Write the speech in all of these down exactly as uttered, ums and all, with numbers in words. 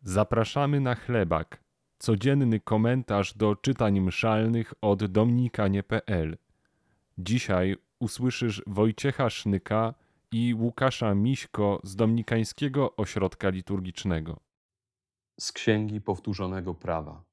Zapraszamy na chlebak. Codzienny komentarz do czytań mszalnych od dominikanie kropka pe el. Dzisiaj usłyszysz Wojciecha Sznyka i Łukasza Miśko z Dominikańskiego Ośrodka Liturgicznego. Z Księgi Powtórzonego Prawa.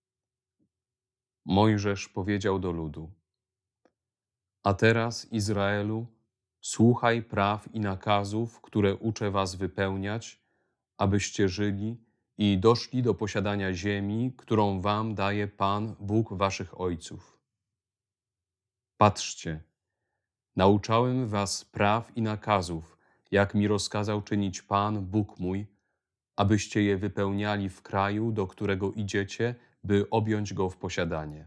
Mojżesz powiedział do ludu: A teraz, Izraelu, słuchaj praw i nakazów, które uczę was wypełniać, abyście żyli i doszli do posiadania ziemi, którą wam daje Pan, Bóg waszych ojców. Patrzcie, nauczałem was praw i nakazów, jak mi rozkazał czynić Pan, Bóg mój, abyście je wypełniali w kraju, do którego idziecie, by objąć go w posiadanie.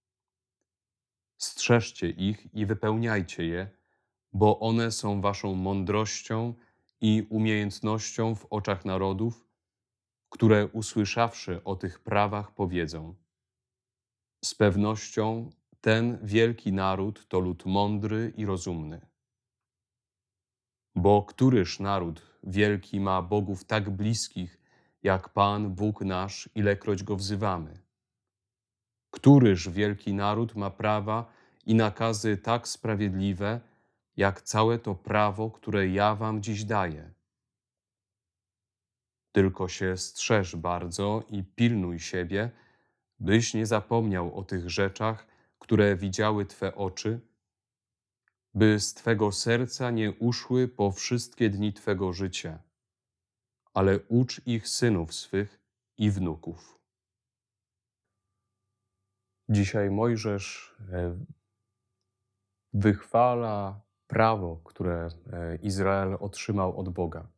Strzeżcie ich i wypełniajcie je, bo one są waszą mądrością i umiejętnością w oczach narodów, które usłyszawszy o tych prawach powiedzą: z pewnością ten wielki naród to lud mądry i rozumny. Bo któryż naród wielki ma bogów tak bliskich, jak Pan, Bóg nasz, ilekroć go wzywamy? Któryż wielki naród ma prawa i nakazy tak sprawiedliwe, jak całe to prawo, które ja wam dziś daję? Tylko się strzeż bardzo i pilnuj siebie, byś nie zapomniał o tych rzeczach, które widziały Twe oczy, by z Twego serca nie uszły po wszystkie dni Twego życia, ale ucz ich synów swych i wnuków. Dzisiaj Mojżesz wychwala prawo, które Izrael otrzymał od Boga.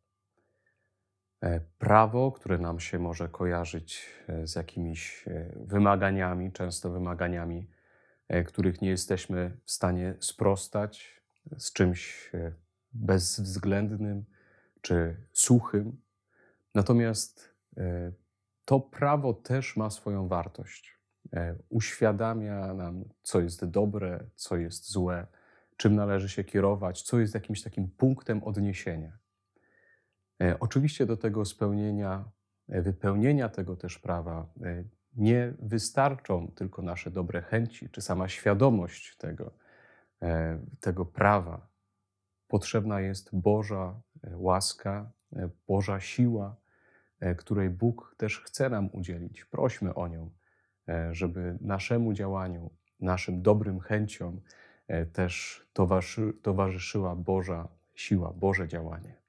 Prawo, które nam się może kojarzyć z jakimiś wymaganiami, często wymaganiami, których nie jesteśmy w stanie sprostać, z czymś bezwzględnym czy suchym. Natomiast to prawo też ma swoją wartość. Uświadamia nam, co jest dobre, co jest złe, czym należy się kierować, co jest jakimś takim punktem odniesienia. Oczywiście do tego spełnienia, wypełnienia tego też prawa nie wystarczą tylko nasze dobre chęci, czy sama świadomość tego, tego prawa. Potrzebna jest Boża łaska, Boża siła, której Bóg też chce nam udzielić. Prośmy o nią, żeby naszemu działaniu, naszym dobrym chęciom też towarzyszyła Boża siła, Boże działanie.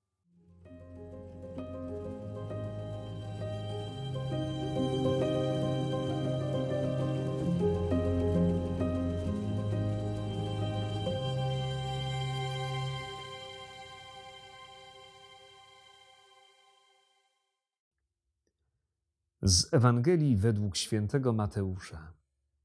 Z Ewangelii według świętego Mateusza.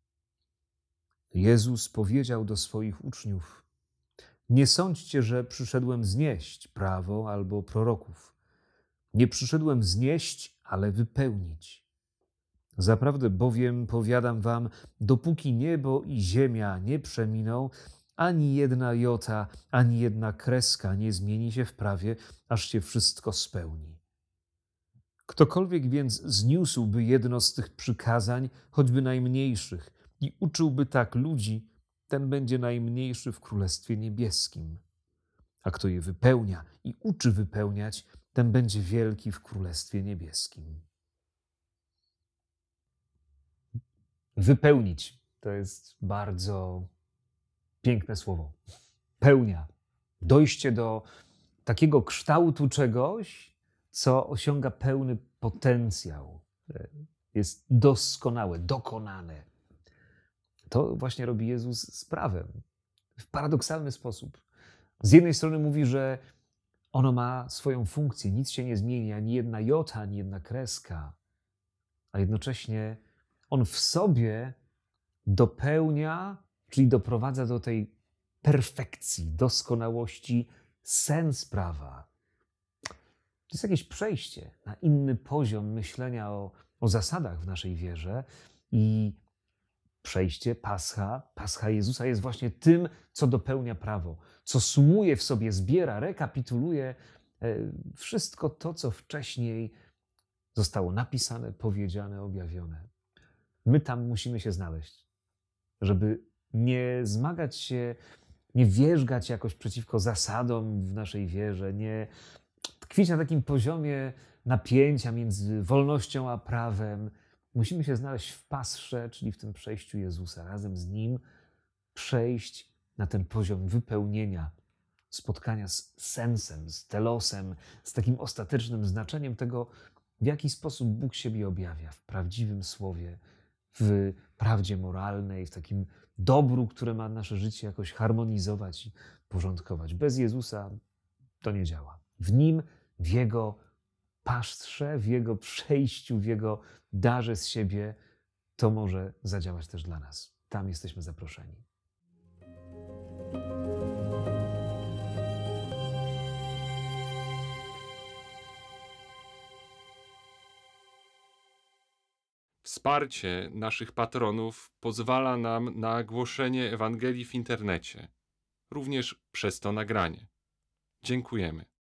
Jezus powiedział do swoich uczniów: nie sądźcie, że przyszedłem znieść prawo albo proroków. Nie przyszedłem znieść, ale wypełnić. Zaprawdę bowiem powiadam wam, dopóki niebo i ziemia nie przeminą, ani jedna jota, ani jedna kreska nie zmieni się w prawie, aż się wszystko spełni. Ktokolwiek więc zniósłby jedno z tych przykazań, choćby najmniejszych, i uczyłby tak ludzi, ten będzie najmniejszy w Królestwie Niebieskim. A kto je wypełnia i uczy wypełniać, ten będzie wielki w Królestwie Niebieskim. Wypełnić to jest bardzo piękne słowo. Pełnia. Dojście do takiego kształtu czegoś, co osiąga pełny potencjał, jest doskonałe, dokonane. To właśnie robi Jezus z prawem w paradoksalny sposób. Z jednej strony mówi, że ono ma swoją funkcję, nic się nie zmieni, ani jedna jota, ani jedna kreska, a jednocześnie on w sobie dopełnia, czyli doprowadza do tej perfekcji, doskonałości sens prawa. To jest jakieś przejście na inny poziom myślenia o, o zasadach w naszej wierze i przejście, Pascha, Pascha Jezusa jest właśnie tym, co dopełnia prawo, co sumuje w sobie, zbiera, rekapituluje wszystko to, co wcześniej zostało napisane, powiedziane, objawione. My tam musimy się znaleźć, żeby nie zmagać się, nie wierzgać jakoś przeciwko zasadom w naszej wierze, nie tkwić na takim poziomie napięcia między wolnością a prawem. Musimy się znaleźć w pasrze, czyli w tym przejściu Jezusa, razem z Nim przejść na ten poziom wypełnienia, spotkania z sensem, z telosem, z takim ostatecznym znaczeniem tego, w jaki sposób Bóg siebie objawia w prawdziwym słowie, w prawdzie moralnej, w takim dobru, które ma nasze życie jakoś harmonizować i porządkować. Bez Jezusa to nie działa. W Nim, w Jego pasztrze, w Jego przejściu, w Jego darze z siebie, to może zadziałać też dla nas. Tam jesteśmy zaproszeni. Wsparcie naszych patronów pozwala nam na głoszenie Ewangelii w internecie, również przez to nagranie. Dziękujemy.